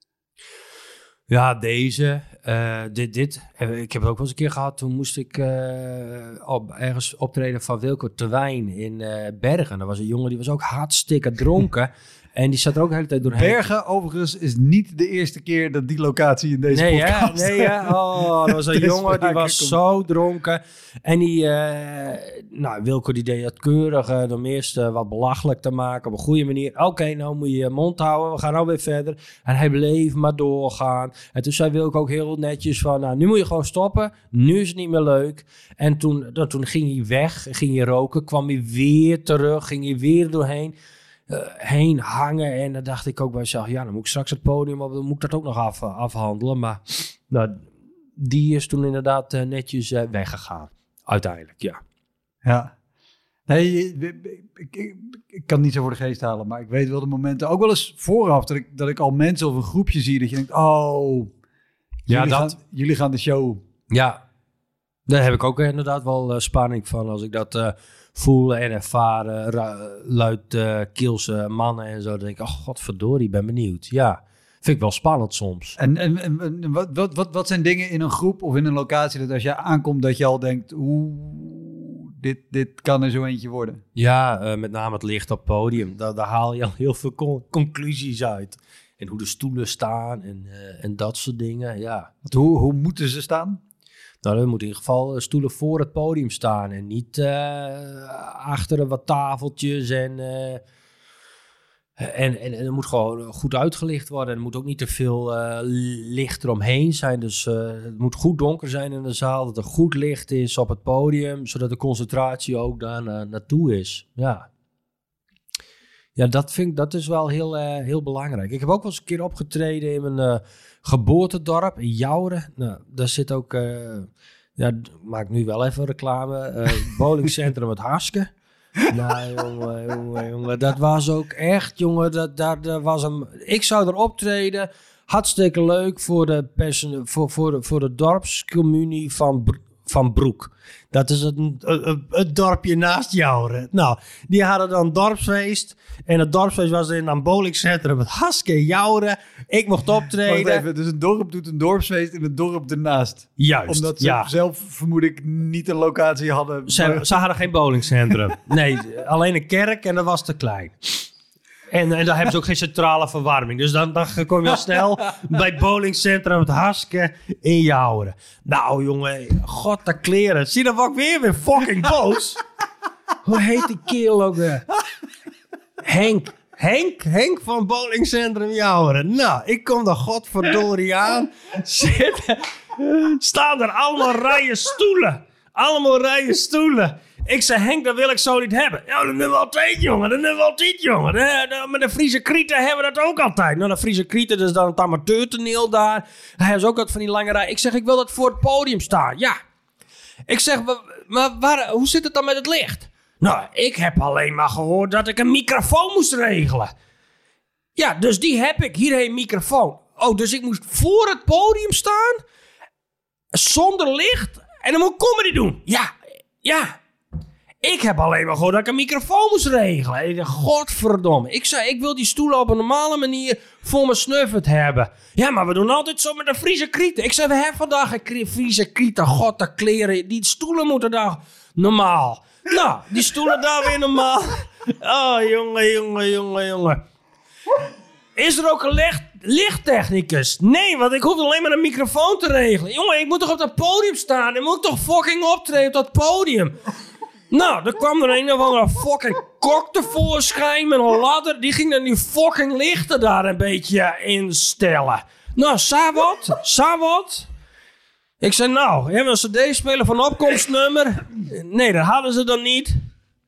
Ja, deze, uh, dit, dit. Ik heb het ook wel eens een keer gehad. Toen moest ik uh, op, ergens optreden van Wilco Terwijn in uh, Bergen. Er was een jongen, die was ook hartstikke dronken. En die zat er ook de hele tijd doorheen. Bergen, overigens, is niet de eerste keer dat die locatie in deze nee, podcast... Hè? Nee, hè? Oh, er was een jongen, die was komt. zo dronken. En die, uh, nou, Wilco die deed het keurig, uh, om eerst uh, wat belachelijk te maken op een goede manier. Oké, okay, nou moet je je mond houden, we gaan nou weer verder. En hij bleef maar doorgaan. En toen zei Wilco ook heel netjes van, nou, nu moet je gewoon stoppen. Nu is het niet meer leuk. En toen, nou, toen ging hij weg, ging hij roken, kwam hij weer terug, ging hij weer doorheen. Uh, heen hangen en dan dacht ik ook bij mezelf, ja, dan moet ik straks het podium op, dan moet ik dat ook nog af, afhandelen. Maar nou, die is toen inderdaad uh, netjes uh, weggegaan. Uiteindelijk, ja. Ja. Nee, ik, ik, ik, ik kan het niet zo voor de geest halen, maar ik weet wel de momenten, ook wel eens vooraf, dat ik, dat ik al mensen of een groepje zie, dat je denkt, oh, ja, jullie, dat... gaan, jullie gaan de show. Ja, daar heb ik ook inderdaad wel uh, spanning van, als ik dat... Uh, voelen en ervaren, ra- luidkeelse uh, mannen en zo. Dan denk ik, oh godverdorie, ik ben benieuwd. Ja, vind ik wel spannend soms. En, en, en wat, wat, wat, wat zijn dingen in een groep of in een locatie dat als je aankomt dat je al denkt, oeh, dit, dit kan er zo eentje worden? Ja, uh, met name het licht op het podium. Daar, daar haal je al heel veel con- conclusies uit. En hoe de stoelen staan en, uh, en dat soort dingen, ja. Hoe, hoe moeten ze staan? Nou, er moeten in ieder geval stoelen voor het podium staan en niet uh, achter wat tafeltjes en, uh, en, en, en het moet gewoon goed uitgelicht worden. En er moet ook niet te veel uh, licht eromheen zijn, dus uh, het moet goed donker zijn in de zaal, dat er goed licht is op het podium, zodat de concentratie ook daar na, naartoe is. Ja, ja dat, vind ik, dat is wel heel, uh, heel belangrijk. Ik heb ook wel eens een keer opgetreden in mijn... Uh, geboortedorp in Jouren. Nou, daar zit ook, uh, ja, maak nu wel even reclame, uh, bowlingcentrum het Haske. Nou, jongen, jongen, jongen, dat was ook echt, jongen, dat, dat, dat was een, ik zou er optreden, hartstikke leuk voor de, persoon, voor, voor de, voor de dorpscommunie van, van Broek. Dat is het, het, het dorpje naast Jouren. Nou, die hadden dan dorpsfeest. En het dorpsfeest was in een bowlingcentrum. Het Haske Jouren. Ik mocht optreden. Wacht even, dus een dorp doet een dorpsfeest in het dorp ernaast. Juist, Omdat ze ja. zelf, vermoed ik, niet een locatie hadden. Ze, maar... ze hadden geen bowlingcentrum. Nee, alleen een kerk en dat was te klein. En, en daar hebben ze ook geen centrale verwarming. Dus dan, dan kom je al snel bij het bowlingcentrum het Haske in Jouren. Nou jongen, god de kleren. Zie je dan ook weer weer fucking boos? Hoe heet die kerel ook weer? Henk. Henk, Henk van bowlingcentrum Jouren. Nou, ik kom daar godverdorie aan. Zitten, staan er allemaal rijen stoelen. Allemaal rijen stoelen. Ik zei, Henk, dat wil ik zo niet hebben. Ja, dat doen we altijd, jongen. Dat doen we altijd, jongen. De, de, met de Friese Krieten hebben we dat ook altijd. Nou, de Friese Krieten, dat is dan het amateurtoneel daar. Hij heeft ook wat van die lange rij. Ik zeg, ik wil dat voor het podium staan. Ja. Ik zeg, maar waar, hoe zit het dan met het licht? Nou, ik heb alleen maar gehoord dat ik een microfoon moest regelen. Ja, dus die heb ik. Hier een microfoon. Oh, dus ik moest voor het podium staan. Zonder licht. En dan moet ik comedy doen. Ja, ja. Ik heb alleen maar gehoord dat ik een microfoon moest regelen. Ik dacht, godverdomme. Ik zei, ik wil die stoelen op een normale manier voor mijn snuffert hebben. Ja, maar we doen altijd zo met de Friese Krieten. Ik zei, we hebben vandaag een Friese Krieten. God, de kleren. Die stoelen moeten daar normaal. Nou, die stoelen daar weer normaal. Oh, jongen, jongen, jongen, jongen. Is er ook een licht, lichttechnicus? Nee, want ik hoef alleen maar een microfoon te regelen. Jongen, ik moet toch op dat podium staan? Ik moet toch fucking optreden op dat podium? Nou, er kwam er een of andere fucking kok tevoorschijn met een ladder. Die ging dan die fucking lichten daar een beetje instellen. Nou, sa wat? Sa wat? Ik zei, nou, hebben we een cd-speler van opkomstnummer? Nee, dat hadden ze dan niet.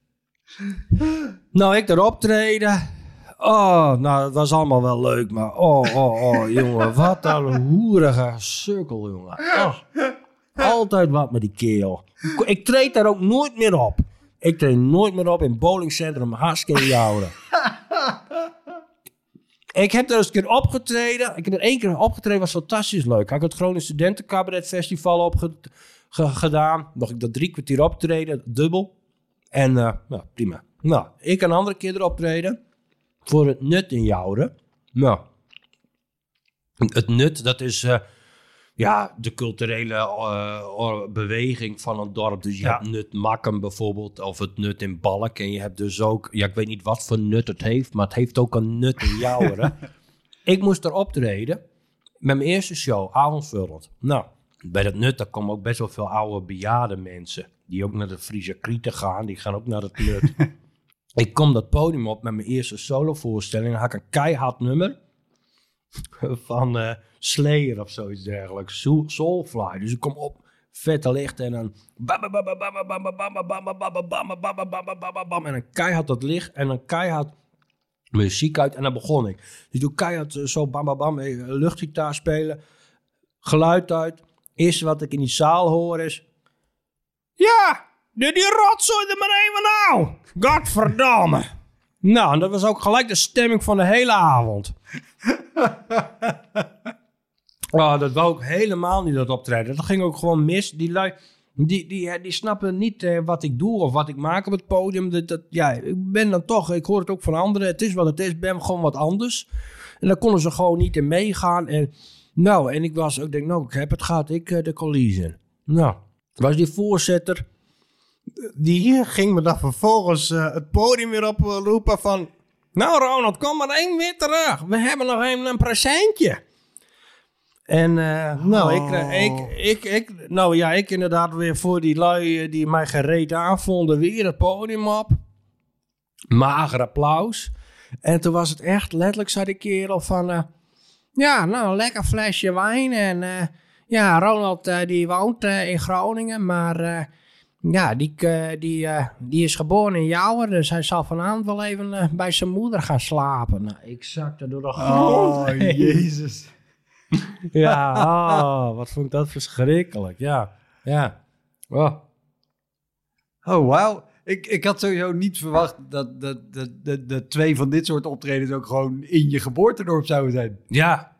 Nou, ik daar optreden. Oh, nou, het was allemaal wel leuk, maar oh, oh, oh, jongen, wat een hoerige sukkel, jongen. Oh, altijd wat met die kerel. Ik, ik treed daar ook nooit meer op. Ik treed nooit meer op in het bowlingcentrum Haske in Jouweren. Ik heb er eens een keer opgetreden. Ik heb er één keer opgetreden, was fantastisch leuk. Ik had het Groningen Studentencabaret Festival opgedaan. Mocht ik dat drie kwartier optreden, dubbel. En uh, nou, prima. Nou, ik een andere keer erop treden. Voor het Nut in Jouweren. Nou, het Nut, dat is uh, ja, de culturele uh, beweging van een dorp. Dus je ja. hebt Nut Makkum bijvoorbeeld, of het Nut in Balk. En je hebt dus ook, ja, ik weet niet wat voor nut het heeft, maar het heeft ook een Nut in Jouweren. Ik moest er optreden met mijn eerste show, avondvullend. Nou, bij dat Nut, daar komen ook best wel veel oude bejaarde mensen. Die ook naar de Friese Krieten gaan, die gaan ook naar het Nut. Ik kom dat podium op met mijn eerste solovoorstelling. Dan had ik een keihard nummer van uh, Slayer of zoiets dergelijks. Soulfly. Dus ik kom op, vette licht en dan en dan keihard dat licht en dan keihard muziek uit en dan begon ik. Dus ik doe keihard zo bam bam bam, luchtgitaar spelen, geluid uit. Eerste wat ik in die zaal hoor is, ja, die, die rotzooi er maar even nou. Godverdamme. Nou, en dat was ook gelijk de stemming van de hele avond. Oh, dat wou ik helemaal niet dat optreden. Dat ging ook gewoon mis. Die lui, die, die, die snappen niet uh, wat ik doe of wat ik maak op het podium. Dat, dat, ja, ik ben dan toch, ik hoor het ook van anderen. Het is wat het is, ik ben gewoon wat anders. En daar konden ze gewoon niet in meegaan. En nou, en ik was ook, denk, nou, ik heb het gehad, ik uh, de coulissen in. Nou, was die voorzitter, die ging me dan vervolgens uh, het podium weer oproepen uh, van, nou Ronald, kom maar één weer terug. We hebben nog even een presentje. En uh, nou, oh. ik, ik, ik, ik, nou ja, ik inderdaad weer voor die lui die mij gereed aanvonden, weer het podium op. Mager applaus. En toen was het echt, letterlijk zei de kerel van, uh, ja, nou, een lekker flesje wijn. En uh, ja, Ronald uh, die woont uh, in Groningen, maar uh, ja, die, uh, die, uh, die is geboren in Jouweren, dus hij zal vanavond wel even uh, bij zijn moeder gaan slapen. Nou, ik zakte door de grond. Oh, jezus. Ja, oh, wat vond ik dat verschrikkelijk. Ja, ja. Oh, oh wauw. Ik, ik had sowieso niet verwacht dat, dat, dat, dat, dat twee van dit soort optredens ook gewoon in je geboortedorp zouden zijn. Ja.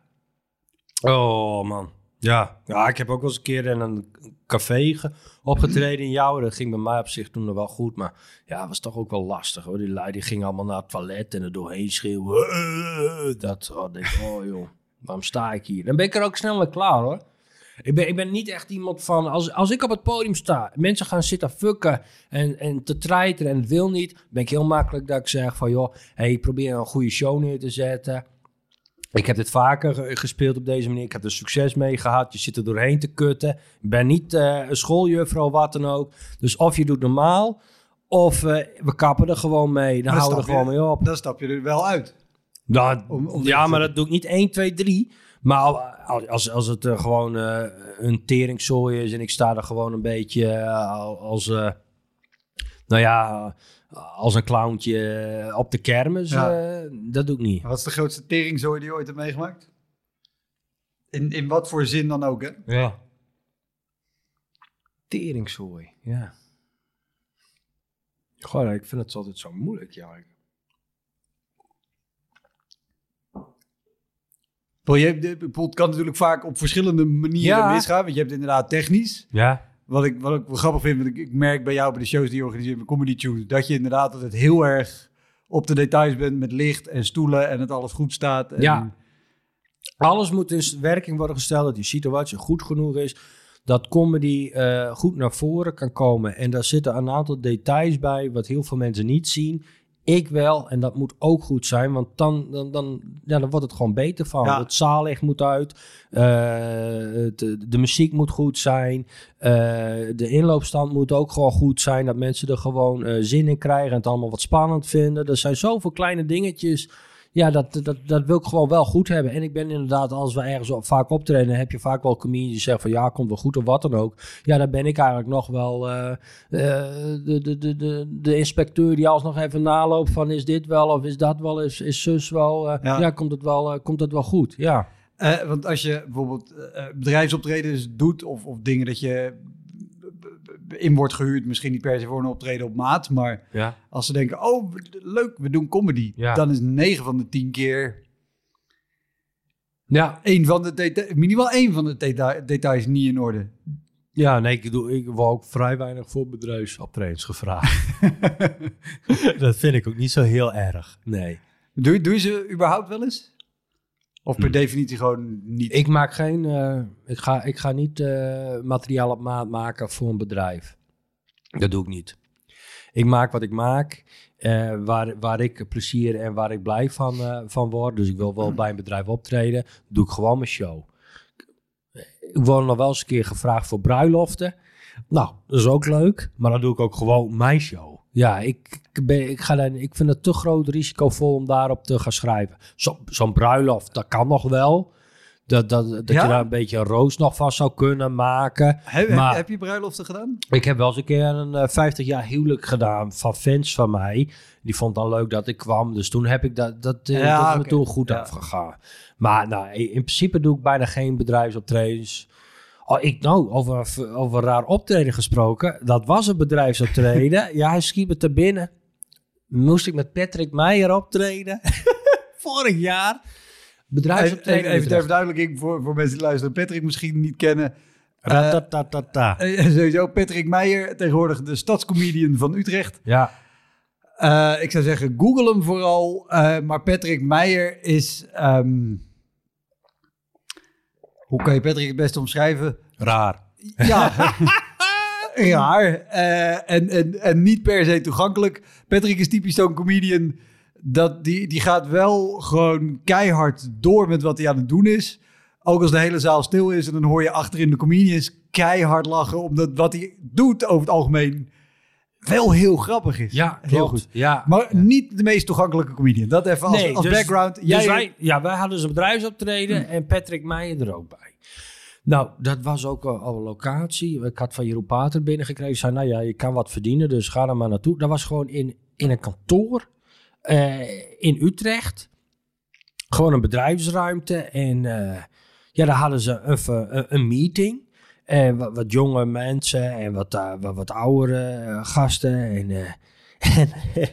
Oh, man. Ja. Ja, ik heb ook wel eens een keer in een café ge- opgetreden in Jouweren. Dat ging bij mij op zich toen nog wel goed, maar ja, het was toch ook wel lastig, hoor. Die lui die gingen allemaal naar het toilet en er doorheen schreeuwen. Dat, oh, denk ik, oh joh. Waarom sta ik hier? Dan ben ik er ook snel mee klaar, hoor. Ik ben, ik ben niet echt iemand van, als, als ik op het podium sta, mensen gaan zitten fucken en, en te treiteren en het wil niet, ben ik heel makkelijk dat ik zeg van, joh, hey, probeer een goede show neer te zetten. Ik heb dit vaker gespeeld op deze manier. Ik heb er succes mee gehad. Je zit er doorheen te kutten. Ik ben niet uh, een schooljuffrouw, wat dan ook. Dus of je doet normaal, of uh, we kappen er gewoon mee. Dan, dan houden we er gewoon je, mee op. Dan stap je er wel uit. Nou, om, om ja, maar dat doe ik niet één, twee, drie. Maar als, als het uh, gewoon uh, een teringzooi is en ik sta er gewoon een beetje uh, als, uh, nou ja, als een clowntje uh, op de kermis, ja. uh, dat doe ik niet. Wat is de grootste teringzooi die je ooit hebt meegemaakt? In, in wat voor zin dan ook, hè? Ja. Teringzooi, ja. Goh, ik vind het altijd zo moeilijk, ja. Het kan natuurlijk vaak op verschillende manieren ja. misgaan. Want je hebt inderdaad technisch. Ja. Wat ik, wat ik wel grappig vind, want ik, ik merk bij jou bij de shows die je organiseert met Comedy Tunes, dat je inderdaad altijd heel erg op de details bent met licht en stoelen en het alles goed staat. En ja. Alles moet in werking worden gesteld, dat die situatie goed genoeg is, dat comedy uh, goed naar voren kan komen. En daar zitten een aantal details bij, wat heel veel mensen niet zien. Ik wel, en dat moet ook goed zijn, want dan, dan, dan, ja, dan wordt het gewoon beter van. Ja. Het zaallicht moet uit, uh, de, de muziek moet goed zijn, uh, de inloopstand moet ook gewoon goed zijn, dat mensen er gewoon uh, zin in krijgen en het allemaal wat spannend vinden. Er zijn zoveel kleine dingetjes, Ja, dat, dat, dat wil ik gewoon wel goed hebben. En ik ben inderdaad, als we ergens op, vaak optreden, heb je vaak wel comedians die zeggen van ja, komt wel goed of wat dan ook. Ja, dan ben ik eigenlijk nog wel uh, uh, de, de, de, de, de inspecteur die alsnog even naloopt van is dit wel of is dat wel, is, is zus wel. Uh, ja. ja, komt het wel, uh, komt het wel goed, ja. Uh, want als je bijvoorbeeld uh, bedrijfsoptredens doet of, of dingen dat je in wordt gehuurd, misschien niet per se voor een optreden op maat, maar ja. als ze denken, oh, leuk, we doen comedy, ja. dan is negen van de tien keer ja. één van de deta- minimaal één van de deta- details niet in orde. Ja, nee, ik, doe, ik word ook vrij weinig voor bedrijfsoptredens gevraagd. Dat vind ik ook niet zo heel erg, nee. Doe, doe je ze überhaupt wel eens? Of per hm. definitie gewoon niet? Ik maak geen... Uh, ik, ga, ik ga niet uh, materiaal op maat maken voor een bedrijf. Dat doe ik niet. Ik maak wat ik maak, uh, waar, waar ik plezier en waar ik blij van, uh, van word. Dus ik wil wel bij een bedrijf optreden. Doe ik gewoon mijn show. Ik word nog wel eens een keer gevraagd voor bruiloften. Nou, dat is ook leuk. Maar dan doe ik ook gewoon mijn show. Ja, ik, ik, ben, ik, ga dan, ik vind het te groot risicovol om daarop te gaan schrijven. Zo, zo'n bruiloft, dat kan nog wel. Dat, dat, dat ja? je daar een beetje een roos nog van zou kunnen maken. Heb, maar, heb je bruiloften gedaan? Ik heb wel eens een keer een uh, vijftig jaar huwelijk gedaan van fans van mij. Die vond dan leuk dat ik kwam. Dus toen heb ik dat, dat, uh, ja, dat okay. me toen goed ja. afgegaan. Maar nou, in principe doe ik bijna geen bedrijfsoptredens. Oh, ik, nou, over, over raar optreden gesproken. Dat was een bedrijfsoptreden. Ja, hij schiet me te binnen. Moest ik met Patrick Meijer optreden. Vorig jaar. Bedrijfsoptreden. Even, even ter verduidelijking voor, voor mensen die luisteren. Patrick misschien niet kennen. Ratatatata. Uh, sowieso Patrick Meijer, tegenwoordig de stadscomedian van Utrecht. Ja. Uh, ik zou zeggen, google hem vooral. Uh, maar Patrick Meijer is... Um, hoe kan je Patrick het beste omschrijven? Raar. Ja, raar. Uh, en, en, en niet per se toegankelijk. Patrick is typisch zo'n comedian... Dat die, die gaat wel gewoon keihard door met wat hij aan het doen is. Ook als de hele zaal stil is... en dan hoor je achterin de comedians keihard lachen... omdat wat hij doet over het algemeen... wel heel grappig is. Ja, heel goed. Ja, maar ja. niet de meest toegankelijke comedian. Dat even als, nee, als dus, background. Jij... Dus wij, ja, wij hadden dus een bedrijfsoptreden... Hmm. en Patrick Meijer er ook bij. Nou, dat was ook al een locatie. Ik had van Jeroen Pater binnengekregen. Ik zei, nou ja, je kan wat verdienen, dus ga er maar naartoe. Dat was gewoon in, in een kantoor... Uh, in Utrecht. Gewoon een bedrijfsruimte. En uh, ja, daar hadden ze even een, een meeting. En wat, wat jonge mensen en wat, uh, wat, wat oudere uh, gasten. En, uh, en,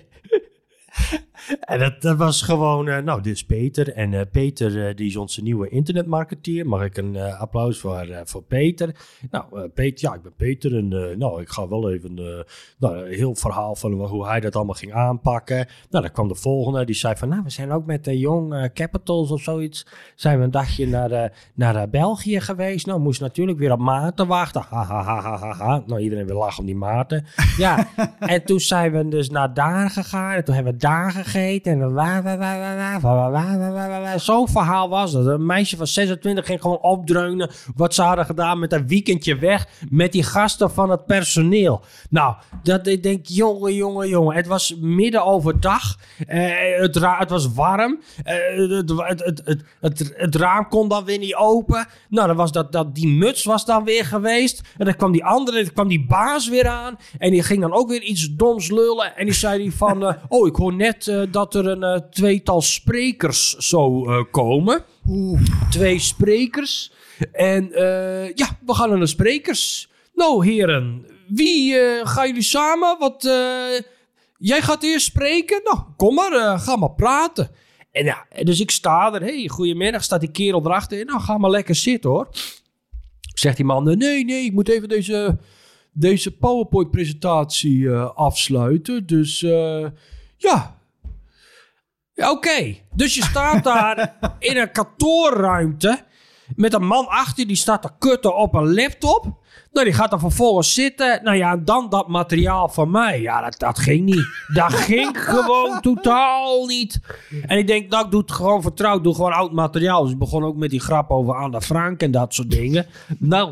en dat, dat was gewoon... Uh, nou, dit is Peter. En uh, Peter, uh, die is onze nieuwe internetmarketeer. Mag ik een uh, applaus voor, uh, voor Peter? Nou, uh, Peter, ja, ik ben Peter. En uh, nou, ik ga wel even... Uh, nou, een heel verhaal van hoe hij dat allemaal ging aanpakken. Nou, dan kwam de volgende. Die zei van, nou, we zijn ook met de Young uh, Capitals of zoiets. Zijn we een dagje naar, uh, naar uh, België geweest. Nou, moest natuurlijk weer op Maarten wachten. Ha, ha, ha, ha, ha, ha. Nou, iedereen wil lachen om die Maarten. Ja, en toen zijn we dus naar daar gegaan. En toen hebben we daar gegeten. En wa, wa, wa, wa, wa, wa, wa, wa, wa. Zo'n verhaal was het. Een meisje van zesentwintig ging gewoon opdreunen wat ze hadden gedaan met een weekendje weg met die gasten van het personeel. Nou, dat ik denk, jongen, jongen, jongen. Het was midden overdag. Uh, het, ra- het was warm. Uh, het, het, het, het, het, het raam kon dan weer niet open. Nou, dan was dat, dat, die muts was dan weer geweest. En dan kwam die andere, dan kwam die baas weer aan. En die ging dan ook weer iets doms lullen. En die zei die van, uh, oh, ik hoor net uh, dat er een uh, tweetal sprekers zou uh, komen. Oeh. Twee sprekers. En uh, ja, we gaan naar de sprekers. Nou, heren, wie uh, gaan jullie samen? Wat, uh, jij gaat eerst spreken? Nou, kom maar, uh, ga maar praten. En ja, dus ik sta er. Hey, goedemiddag, staat die kerel erachter. Nou, ga maar lekker zitten, hoor. Zegt die man, nee, nee, ik moet even deze, deze PowerPoint-presentatie uh, afsluiten. Dus uh, ja... Ja, oké, okay. Dus je staat daar in een kantoorruimte met een man achter je, die staat te kutten op een laptop. Nou, die gaat er vervolgens zitten. Nou ja, dan dat materiaal van mij. Ja, dat, dat ging niet. Dat ging gewoon totaal niet. En ik denk, nou, ik doe het gewoon vertrouwd. Doe gewoon oud materiaal. Dus ik begon ook met die grap over Anne Frank en dat soort dingen. Nou...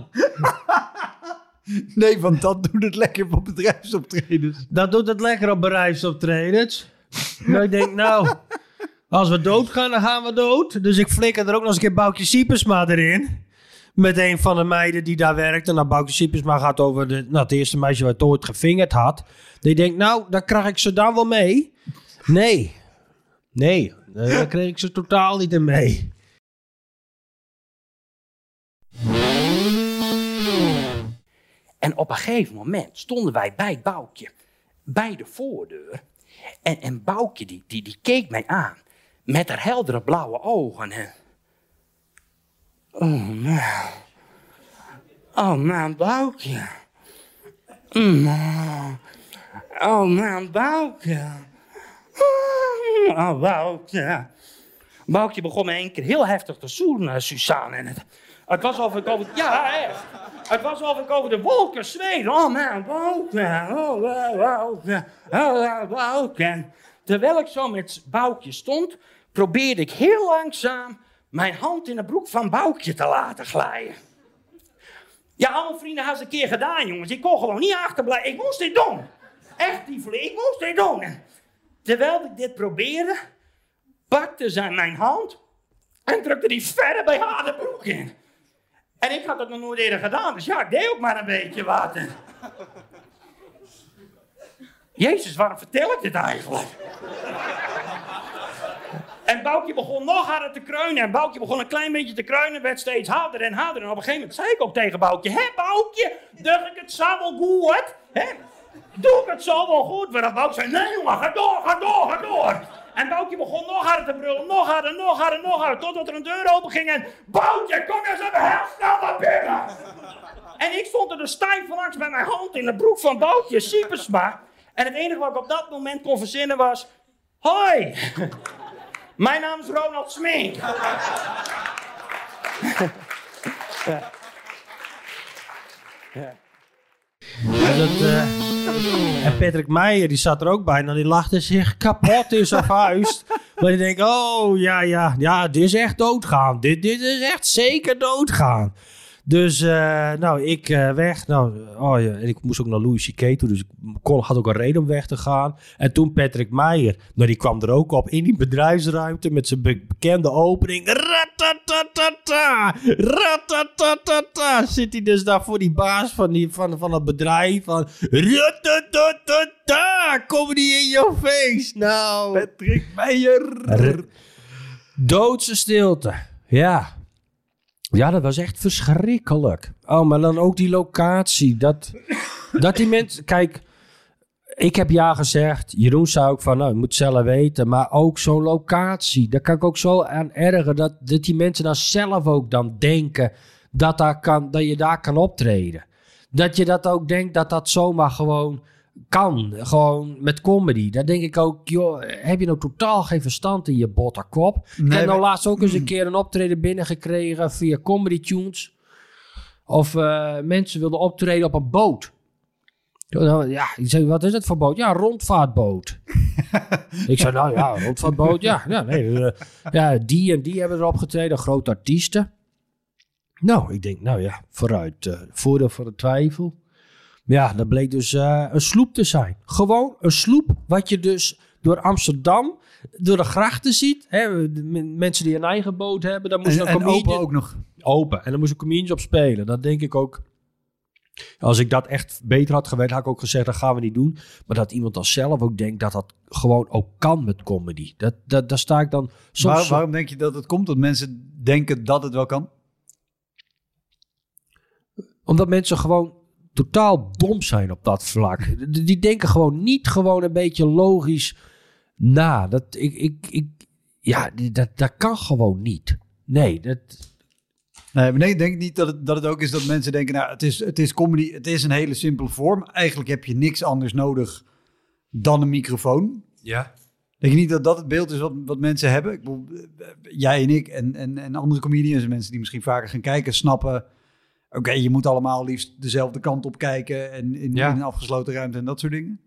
Nee, want dat doet het lekker op bedrijfsoptredens. Dat doet het lekker op bedrijfsoptredens. Nou, ik denk, nou... Als we doodgaan, dan gaan we dood. Dus ik flikker er ook nog eens een keer Boukje Siepersma erin. Met een van de meiden die daar werkte. Nou, Boukje Siepersma gaat over de, nou, het eerste meisje wat ooit gevingerd had. Die denkt, nou, dan krijg ik ze dan wel mee. Nee. Nee, daar kreeg ik ze totaal niet in mee. En op een gegeven moment stonden wij bij Boukje, bij de voordeur. En, en Boukje die, die, die keek mij aan met haar heldere blauwe ogen. En... Oh, man. Oh, man, Boukje. Mm. Oh, man, Boukje. Oh, Boukje. Boukje begon me één keer heel heftig te zoenen, Suzanne. En het, het was alsof ik over... Ja, echt. Het was alsof ik over de wolken zweefde. Oh, man, Boukje. Oh, Boukje. Oh, Boukje. Terwijl ik zo met Boukje stond, probeerde ik heel langzaam mijn hand in de broek van Boukje te laten glijden. Ja, alle vrienden hadden het een keer gedaan, jongens. Ik kon gewoon niet achterblijven. Ik moest dit doen. Echt, die ik moest dit doen. En terwijl ik dit probeerde, pakte zij mijn hand en drukte die verder bij haar de broek in. En ik had dat nog nooit eerder gedaan, dus ja, ik deed ook maar een beetje wat. En... Jezus, waarom vertel ik dit eigenlijk? En Boukje begon nog harder te kreunen. En Boukje begon een klein beetje te kreunen. Werd steeds harder en harder. En op een gegeven moment zei ik ook tegen Boukje: hé Boukje, doe ik het zo wel goed? Hè? Doe ik het zo wel goed? Maar Boukje zei: nee jongen, ga door, ga door, ga door. En Boukje begon nog harder te brullen. Nog harder, nog harder, nog harder. Totdat er een deur open ging. En Boukje, kom eens even heel snel naar binnen. En ik stond er dus stijf van langs met mijn hand in de broek van Boukje Siepersma. En het enige wat ik op dat moment kon verzinnen was: hoi. Mijn naam is Ronald Smink. Ja. Ja. Dat, uh, en Patrick Meijer, die zat er ook bij. Nou, die lachte zich kapot in zijn vuist. Maar die denkt, oh ja, ja, ja, dit is echt doodgaan. Dit, dit is echt zeker doodgaan. Dus, uh, nou, ik uh, weg. Nou, oh ja, en ik moest ook naar Louis C K toe, dus ik kon, had ook een reden om weg te gaan. En toen Patrick Meijer, nou, die kwam er ook op in die bedrijfsruimte met zijn be- bekende opening. Ratatatata, ratatatata, zit hij dus daar voor die baas van, die, van, van het bedrijf. Van, ratatatata, kom die in je face. Nou, Patrick Meijer. R- doodse stilte, ja. Ja, dat was echt verschrikkelijk. Oh, maar dan ook die locatie. Dat, dat die mensen... Kijk, ik heb ja gezegd. Jeroen zei ook van, nou, je moet zelf weten. Maar ook zo'n locatie. Daar kan ik ook zo aan ergeren. Dat, dat die mensen dan zelf ook dan denken dat, daar kan, dat je daar kan optreden. Dat je dat ook denkt dat dat zomaar gewoon kan. Gewoon met comedy. Dan denk ik ook, joh, heb je nou totaal geen verstand in je botterkop? Nee, ik heb nou laatst ook eens een keer een optreden binnengekregen via Comedy Tunes. Of uh, mensen wilden optreden op een boot. Ja, ik zei, wat is het voor boot? Ja, een rondvaartboot. Ik zei, nou ja, een rondvaartboot, ja. Ja, nee, uh, ja, die en die hebben erop getreden, grote artiesten. Nou, ik denk, nou ja, vooruit. Uh, voordeel voor de twijfel. Ja, dat bleek dus uh, een sloep te zijn. Gewoon een sloep wat je dus door Amsterdam, door de grachten ziet. Hè, de mensen die een eigen boot hebben. Daar moest en, een en comedian... open ook nog. Open. En daar moesten comedians op spelen. Dat denk ik ook. Als ik dat echt beter had geweten, had ik ook gezegd, dat gaan we niet doen. Maar dat iemand dan zelf ook denkt dat dat gewoon ook kan met comedy. Dat, dat, daar sta ik dan soms... Waar, waarom denk je dat het komt? Dat mensen denken dat het wel kan? Omdat mensen gewoon totaal dom zijn op dat vlak. Die denken gewoon niet gewoon een beetje logisch na. Dat, ik, ik, ik, ja, dat, dat kan gewoon niet. Nee, dat... Nee, maar nee, ik denk niet dat het, dat het ook is dat mensen denken, nou, het is, het is comedy, het is een hele simpele vorm. Eigenlijk heb je niks anders nodig dan een microfoon. Ja. Denk je niet dat dat het beeld is wat, wat mensen hebben? Ik bedoel, jij en ik en, en, en andere comedians en mensen die misschien vaker gaan kijken, snappen... Oké, okay, je moet allemaal liefst dezelfde kant op kijken en in, ja. in een afgesloten ruimte en dat soort dingen.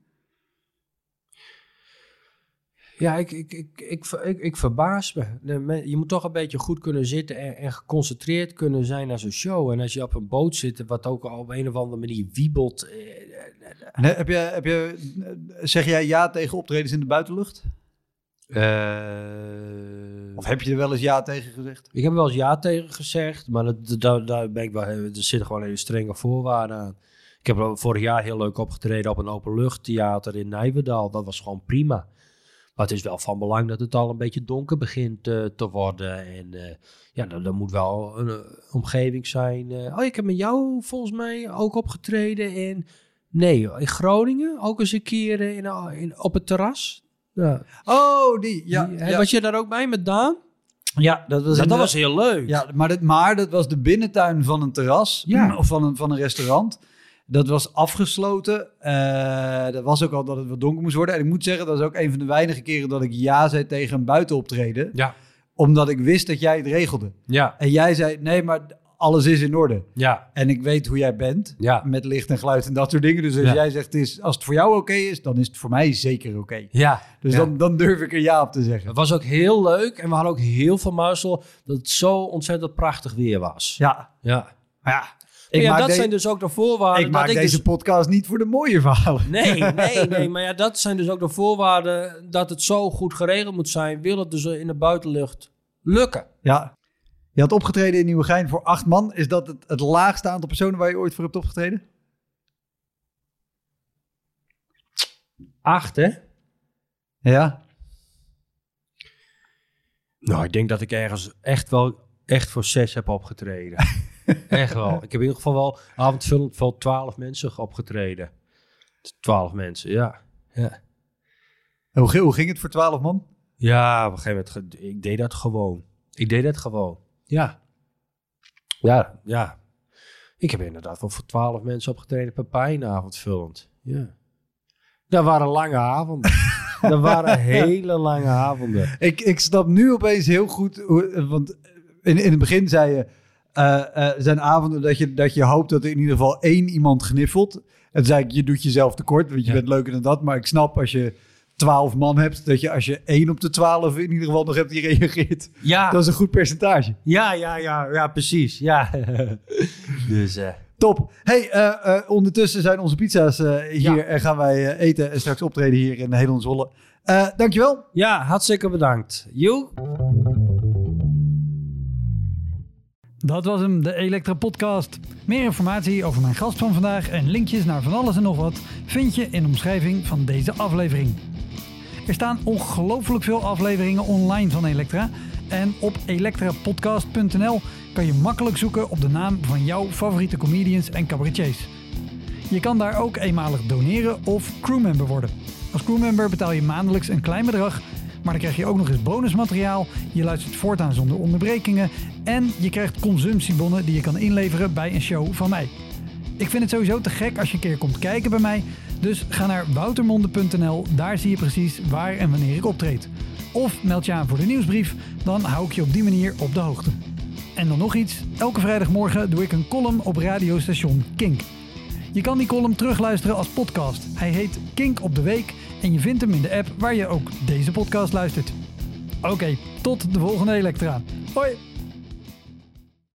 Ja, ik, ik, ik, ik, ik, ik verbaas me. Je moet toch een beetje goed kunnen zitten en, en geconcentreerd kunnen zijn naar zo'n show. En als je op een boot zit, wat ook al op een of andere manier wiebelt. Nee, heb je, heb je, zeg jij ja tegen optredens in de buitenlucht? Uh, Of heb je er wel eens ja tegen gezegd? Ik heb er wel eens ja tegen gezegd, maar dat, dat, daar ben ik wel, er zitten gewoon hele strenge voorwaarden aan. Ik heb vorig jaar heel leuk opgetreden op een openluchttheater in Nijverdal. Dat was gewoon prima. Maar het is wel van belang dat het al een beetje donker begint uh, te worden. En uh, ja, dan, dan moet wel een uh, omgeving zijn. Uh, oh, ik heb met jou volgens mij ook opgetreden in... Nee, in Groningen. Ook eens een keer in, in, op het terras. Ja. Oh, die. Ja, die, ja. Was je daar ook bij met Daan? Ja, dat was, dat, dat was heel leuk. Ja, maar, dat, maar dat was de binnentuin van een terras. Ja. Of van een, van een restaurant. Dat was afgesloten. Uh, dat was ook al dat het wat donker moest worden. En ik moet zeggen, dat was ook een van de weinige keren dat ik ja zei tegen een buitenoptreden. Ja. Omdat ik wist dat jij het regelde. Ja. En jij zei, nee, maar alles is in orde. Ja. En ik weet hoe jij bent. Ja. Met licht en geluid en dat soort dingen. Dus als Ja. jij zegt, het is, als het voor jou oké okay is, dan is het voor mij zeker oké. Okay. Ja. Dus ja. Dan, dan durf ik er ja op te zeggen. Het was ook heel leuk. En we hadden ook heel veel mazzel dat het zo ontzettend prachtig weer was. Ja. Ja. Maar ja. Ik ja, maak dat de- zijn dus ook de voorwaarden. Ik maak dat ik deze dus... podcast niet voor de mooie verhalen. Nee, nee, nee. Maar ja, dat zijn dus ook de voorwaarden dat het zo goed geregeld moet zijn. Wil het dus in de buitenlucht lukken? Ja. Je had opgetreden in Nieuwegein voor acht man. Is dat het, het laagste aantal personen waar je ooit voor hebt opgetreden? Acht, hè? Ja. Nou, ik denk dat ik ergens echt wel echt voor zes heb opgetreden. Echt wel. Ik heb in ieder geval wel avondvullend voor twaalf mensen opgetreden. Twaalf mensen, ja. Ja. Hoe, hoe ging het voor twaalf man? Ja, op een gegeven moment, ge- ik deed dat gewoon. Ik deed dat gewoon. Ja. Ja, ja. Ik heb inderdaad wel voor twaalf mensen opgetreden per pijnavond vullend. Ja. Dat waren lange avonden. Dat waren hele lange avonden. Ik, ik snap nu opeens heel goed, hoe, want in, in het begin zei je, uh, uh, zijn avonden dat je, dat je hoopt dat er in ieder geval één iemand gniffelt. En toen zei ik, je doet jezelf tekort, want je Ja. bent leuker dan dat. Maar ik snap als je twaalf man hebt, dat je als je één op de twaalf in ieder geval nog hebt die reageert. Ja, Dat is een goed percentage. ja, ja, ja, ja, precies. Ja. Dus, eh Top. Hey, uh, uh, ondertussen zijn onze pizza's uh, hier Ja. en gaan wij uh, eten en straks optreden hier in Hedon Zwolle. Uh, dankjewel. ja, hartstikke bedankt. Joe. Dat was hem, de Elektra Podcast. Meer informatie over mijn gast van vandaag en linkjes naar van alles en nog wat vind je in de omschrijving van deze aflevering. Er staan ongelooflijk veel afleveringen online van Elektra. En op elektrapodcast punt n l kan je makkelijk zoeken op de naam van jouw favoriete comedians en cabaretiers. Je kan daar ook eenmalig doneren of crewmember worden. Als crewmember betaal je maandelijks een klein bedrag, maar dan krijg je ook nog eens bonusmateriaal. Je luistert voortaan zonder onderbrekingen en je krijgt consumptiebonnen die je kan inleveren bij een show van mij. Ik vind het sowieso te gek als je een keer komt kijken bij mij. Dus ga naar woutermonde punt n l, daar zie je precies waar en wanneer ik optreed. Of meld je aan voor de nieuwsbrief, dan hou ik je op die manier op de hoogte. En dan nog iets, elke vrijdagmorgen doe ik een column op radiostation Kink. Je kan die column terugluisteren als podcast. Hij heet Kink op de Week en je vindt hem in de app waar je ook deze podcast luistert. Oké, tot de volgende Elektra. Hoi!